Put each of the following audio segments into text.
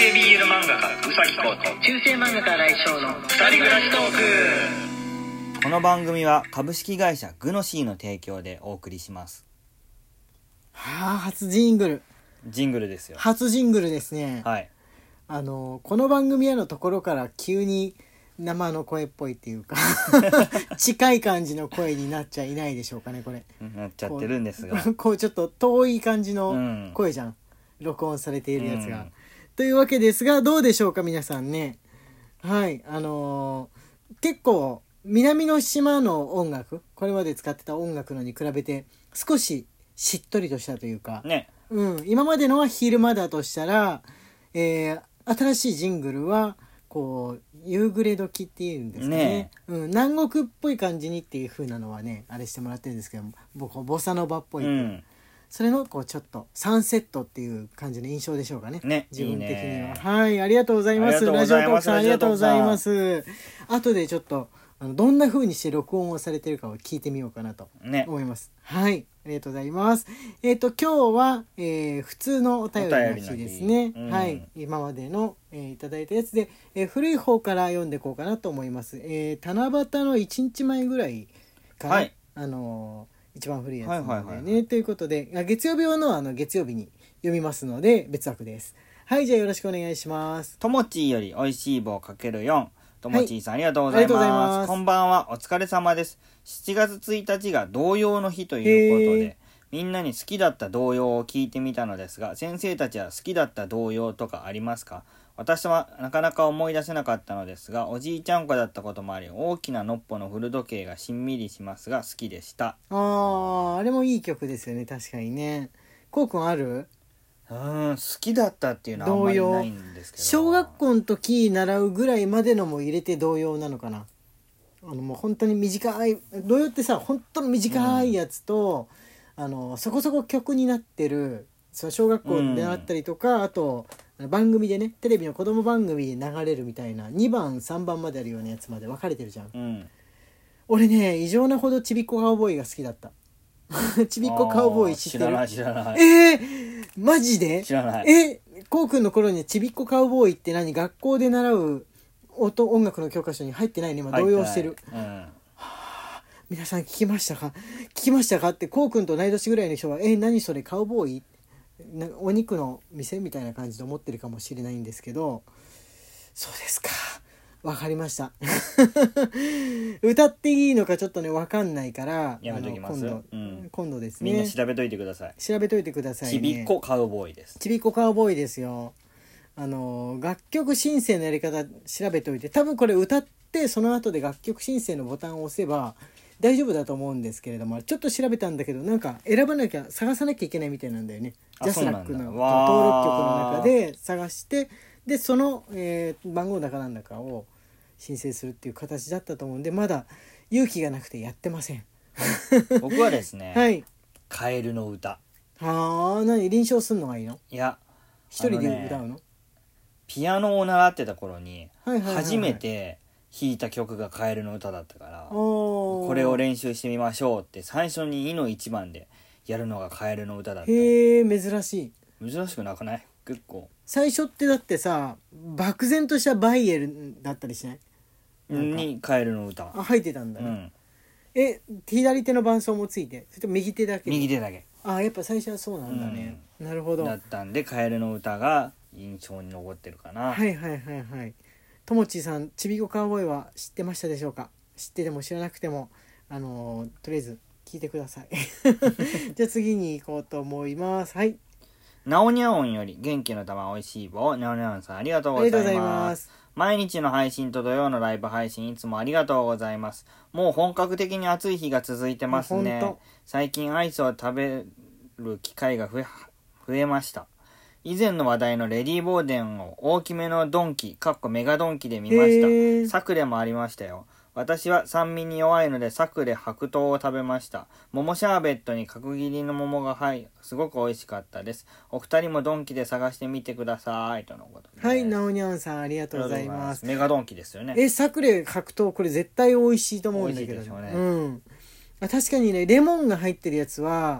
系 BL 漫画家うさぎこと中世漫画家来翔の二人暮らしトーク。 この番組は株式会社グノシーの提供でお送りします。 初ジングル。 ジングルですよ。 初ジングルですね。 はい。 この番組へのところから急に生の声っぽいっていうか近い感じの声になっちゃいないでしょうかね、これ。 なっちゃってるんですがこうちょっと遠い感じの声じゃん、録音されているやつが、というわけですが、どうでしょうか皆さんね。はい、結構南の島の音楽、これまで使ってた音楽のに比べて少ししっとりとしたというか、 ね、 今までのは昼間だとしたら、新しいジングルはこう夕暮れ時っていうんですかね、南国っぽい感じにっていう風なのはね、あれしてもらってるんですけども、僕ボサノバっぽい、それのこうちょっとサンセットっていう感じの印象でしょうかね、自分的には。いいね。はい、ありがとうございます。ラジオトークさんありがとうございます。後でちょっとどんな風にして録音をされてるかを聞いてみようかなと思います。はい、ありがとうございます。今日は、普通のお便りの日ですね。はい、今までの、いただいたやつで、古い方から読んでいこうかなと思います。七夕の1日前ぐらいから、一番古いやつなんでね、ということで、月曜日用の月曜日に読みますので別枠です。はい、じゃあよろしくお願いします。 ともちーよりおいしい棒 ×4。ともちーさん、ありがとうございます。こんばんは、お疲れ様です。7月1日が童謡の日ということで、みんなに好きだった童謡を聞いてみたのですが、先生たちは好きだった童謡とかありますか？私はなかなか思い出せなかったのですが、おじいちゃん子だったこともあり、大きなのっぽの古時計がしんみりしますが好きでした。 あれもいい曲ですよね、確かにね。こうくんある？ 好きだったっていうのはあんまりないんですけど、 小学校の時習うぐらいまでのも入れて童謡なのかな。もう本当に短い童謡ってさ、本当に短いやつと、そこそこ曲になってる、その小学校で習ったりとか、あと番組でね、テレビの子供番組で流れるみたいな2番3番まであるようなやつまで分かれてるじゃん、俺ね、異常なほどちびっこカウボーイが好きだったちびっこカウボーイ知ってる？ 知らない。 マジで？ 知らない。 こうくんの頃にちびっこカウボーイって何？学校で習う音楽の教科書に入ってないね。今動揺してる。皆さん聞きましたかってこうくんと同い年ぐらいの人は何それカウボーイ？お肉の店みたいな感じで思ってるかもしれないんですけど、そうですか。わかりました歌っていいのかちょっとね分かんないからやめときます。 今度ですね、 みんな調べといてください。 調べといてくださいね。 ちびっこカウボーイです。 ちびっこカウボーイですよ。楽曲申請のやり方調べておいて、多分これ歌ってその後で楽曲申請のボタンを押せば大丈夫だと思うんですけれども、ちょっと調べたんだけど、なんか選ばなきゃ探さなきゃいけないみたいなんだよね。ジャスラックの登録曲の中で探して、でその、番号だかなんだかを申請するっていう形だったと思うんで、まだ勇気がなくてやってません僕はですね、 はい、 カエルの歌。 何臨床するのがいいの？ いや、 一人で歌うの？ ピアノを習ってた頃に初めて弾いた曲がカエルの歌だったから、これを練習してみましょうって最初に「い」の一番でやるのがカエルの歌だった。 へえ、珍しくなくない？結構最初ってだってさ、漠然としたバイエルだったりしない？ にカエルの歌入ってたんだね、左手の伴奏もついて、それと右手だけ？ 右手だけ。 やっぱ最初はそうなんだね、なるほど。 だったんでカエルの歌が印象に残ってるかな。 はい。ともちさん、ちびっこカウボーイは知ってましたでしょうか？知ってても知らなくてもとりあえず聞いてくださいじゃあ次に行こうと思います。はい、 なおにゃおんより元気の玉おいしい棒。なおにゃおんさん、ありがとうございます。毎日の配信と土曜のライブ配信いつもありがとうございます。もう本格的に暑い日が続いてますね。最近アイスを食べる機会が増えました。以前の話題のレディーボーデンを大きめのドンキメガドンキで見ました。サクレもありましたよ。私は酸味に弱いのでサクレ白桃を食べました。桃シャーベットに角切りの桃がすごく美味しかったです。お二人もドンキで探してみてくださいとのことです。 はい、なおにゃんさんありがとうございます。 メガドンキですよね。 サクレ白桃、これ絶対美味しいと思うんだけど、 美味しいでしょうね。 確かにね、レモンが入ってるやつは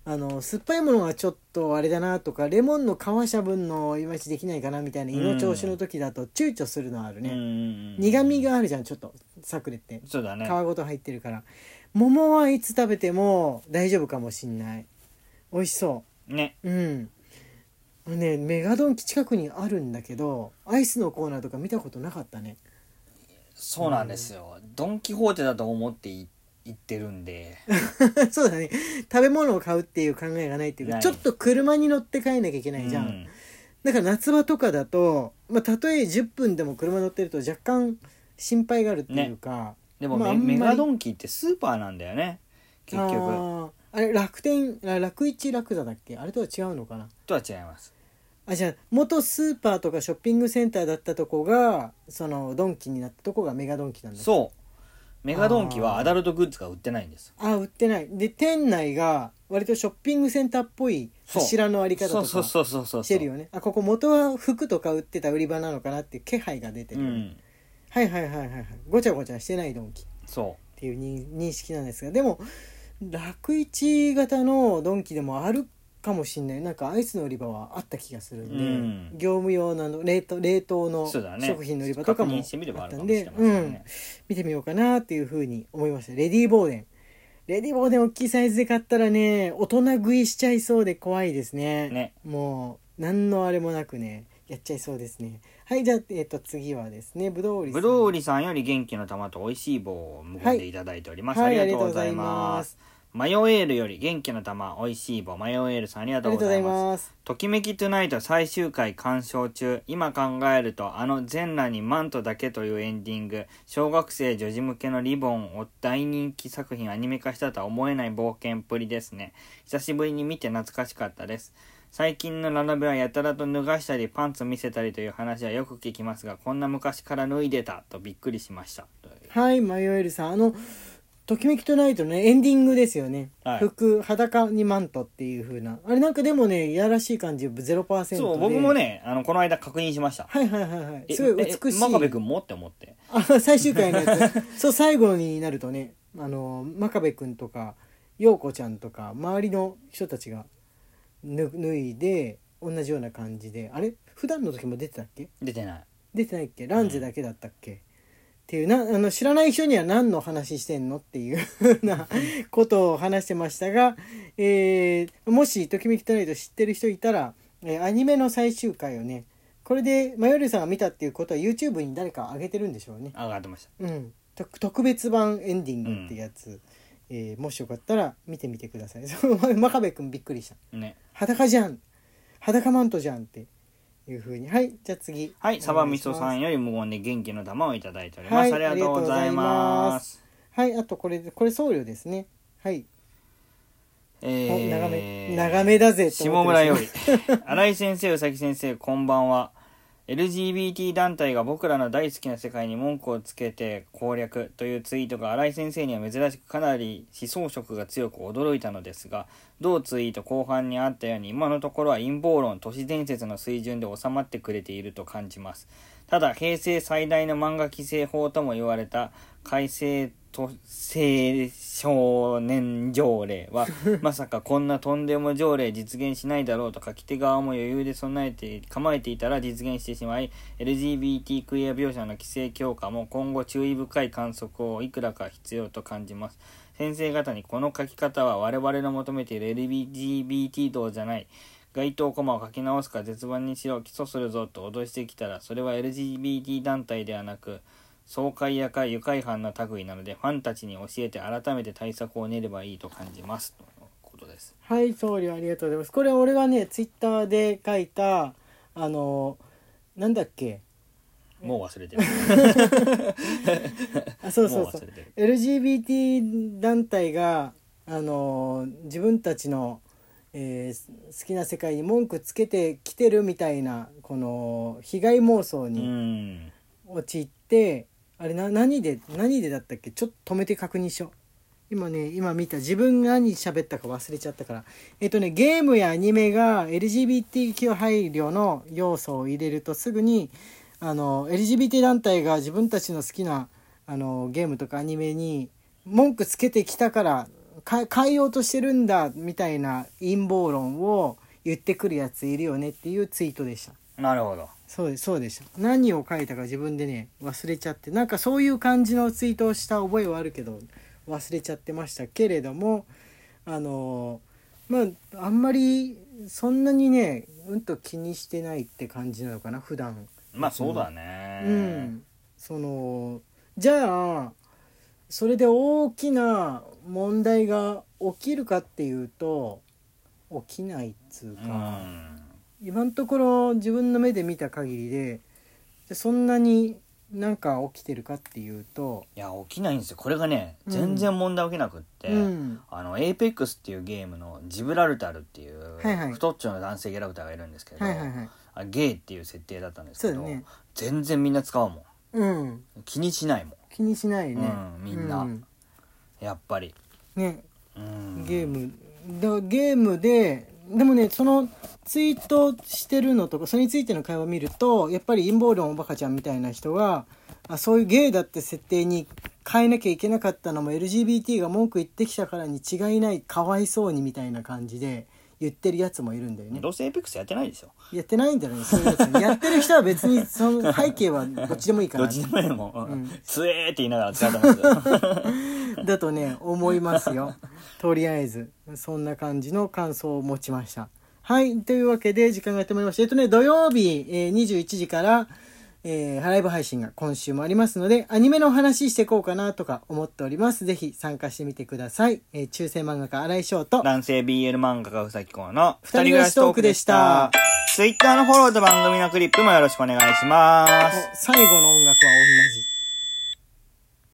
酸っぱいものがちょっとあれだなとか、レモンの皮しゃぶんのいまいちできないかなみたいな胃の調子の時だと躊躇するのはあるね、苦味があるじゃんちょっとサクレってそうだね。 皮ごと入ってるから。桃はいつ食べても大丈夫かもしんない。美味しそうね。 ね、メガドンキ近くにあるんだけどアイスのコーナーとか見たことなかったね。 そうなんですよ、ドン・キホーテだと思って行ってるんでそうだね、食べ物を買うっていう考えがないっていうか、ちょっと車に乗って帰んなきゃいけないじゃん、だから夏場とかだと、たとえ10分でも車乗ってると若干心配があるっていうか、 でも、メガドンキってスーパーなんだよね結局。 あれ楽一楽座だっけ、あれとは違うのかな。 とは違います。 じゃあ元スーパーとかショッピングセンターだったとこがそのドンキになったとこがメガドンキなんだ。 そうメガドンキはアダルトグッズが売ってないんです。 売ってないで、店内が割とショッピングセンターっぽい柱のあり方とかしてるよね。ここ元は服とか売ってた売り場なのかなっていう気配が出てるよね、はいごちゃごちゃしてないドンキっていう認識なんですが、でも楽一型のドンキでもあるかもしんない。なんかアイスの売り場はあった気がするんで、業務用の冷凍の食品の売り場とかもあったんで、見てみようかなっていうふうに思いました。レディーボーデン大きいサイズで買ったらね、大人食いしちゃいそうで怖いですね。もう何のあれもなくねやっちゃいそうですね。はい、じゃあ、次はですね、ぶどう売りさんより元気の玉と美味しい棒を無言でいただいております、 はい、 ありがとうございます。マヨエールより元気の玉美味しい棒、マヨエールさんありがとうございます。ときめきトゥナイト最終回鑑賞中。今考えると全裸にマントだけというエンディング、小学生女児向けのリボンを大人気作品アニメ化したとは思えない冒険っぷりですね。久しぶりに見て懐かしかったです。最近のラノベはやたらと脱がしたりパンツ見せたりという話はよく聞きますが、こんな昔から脱いでたとびっくりしました。 はい、マヨエルさん、ときめきトゥナイトのねエンディングですよね、服裸にマントっていう風なあれ、なんかでもねいやらしい感じ 0% で。 そう僕もねこの間確認しました。 はいすごい美しい。 真壁君もって思って最終回のやつそう最後になるとね真壁君とか陽子ちゃんとか周りの人たちが脱いで同じような感じで、あれ普段の時も出てたっけ？ 出てないっけ？ランゼだけだったっけ？っていう知らない人には何の話してんのっていうふうなことを話してましたが、もしときめきトゥナイト知ってる人いたら、アニメの最終回をね、これでマヨルさんが見たっていうことは YouTube に誰か上げてるんでしょうね。 上がってました、 特別版エンディングってやつ、もしよかったら見てみてください。真壁くんびっくりした、 ね、 裸じゃん、裸マントじゃんっていう風に。はい、じゃあ次。 はい、サバミソさんより無言で元気の玉をいただいております、ありがとうございます。 はい、あとこれ僧侶ですね。はい、長めだぜと下村より新井先生、宇崎先生、こんばんは。LGBT 団体が僕らの大好きな世界に文句をつけて攻略というツイートが新井先生には珍しくかなり思想色が強く驚いたのですが、同ツイート後半にあったように今のところは陰謀論、都市伝説の水準で収まってくれていると感じます。ただ平成最大の漫画規制法とも言われた改正都青少年条例はまさかこんなとんでも条例実現しないだろうと書き手側も余裕で構えていたら実現してしまい、 LGBT クイア描写の規制強化も今後注意深い観測をいくらか必要と感じます。先生方にこの書き方は我々の求めている LGBT 道じゃない、該当コマを書き直すか絶版にしろ、起訴するぞと脅してきたら、それは LGBT 団体ではなく爽快や愉快犯の類なので、ファンたちに教えて改めて対策を練ればいいと感じますとのことです。 はい、僧侶ありがとうございます。これ俺がねツイッターで書いたなんだっけ、 もう忘れてるそう LGBT 団体が自分たちの、好きな世界に文句つけてきてるみたいなこの被害妄想に陥って、あれ何でだったっけ、ちょっと止めて確認しよう。今見た、自分が何喋ったか忘れちゃったから、ゲームやアニメが LGBTQ 配慮の要素を入れるとすぐにLGBT 団体が自分たちの好きなゲームとかアニメに文句つけてきたから変えようとしてるんだみたいな陰謀論を言ってくるやついるよねっていうツイートでした。 なるほど。 そうでした。何を書いたか自分でね忘れちゃって、なんかそういう感じのツイートをした覚えはあるけど忘れちゃってましたけれども、あんまりそんなにね気にしてないって感じなのかな普段。 まあそうだね。 じゃあそれで大きな問題が起きるかっていうと起きないっつうか、今のところ自分の目で見た限りでそんなになんか起きてるかっていうと、 いや起きないんですよ。これがね全然問題起きなくって、APEX っていうゲームのジブラルタルっていう、太っちょの男性キャラクターがいるんですけど、ゲイっていう設定だったんですけど、全然みんな使うもん、気にしないもん。 気にしないね、 みんな、やっぱりね、ゲームでもねそのツイートしてるのとかそれについての会話を見るとやっぱり陰謀論おバカちゃんみたいな人がそういうゲイだって設定に変えなきゃいけなかったのも LGBT が文句言ってきたからに違いない、かわいそうにみたいな感じで言ってるやつもいるんだよね。 どうせ APEX やってないでしょ。 やってないんだよねそういうやつやってる人は別にその背景はどっちでもいいから、 どっちでもいいもん、つえーって言いながら使ってますよだとね思いますよ。とりあえずそんな感じの感想を持ちました。はい、というわけで時間がやってまいりました。土曜日、21時から、ライブ配信が今週もありますのでアニメの話していこうかなとか思っております。ぜひ参加してみてください。中世漫画家新井翔と男性 BL 漫画家うさきこうの二人暮らしトークでした。Twitter のフォローと番組のクリップもよろしくお願いします。 最後の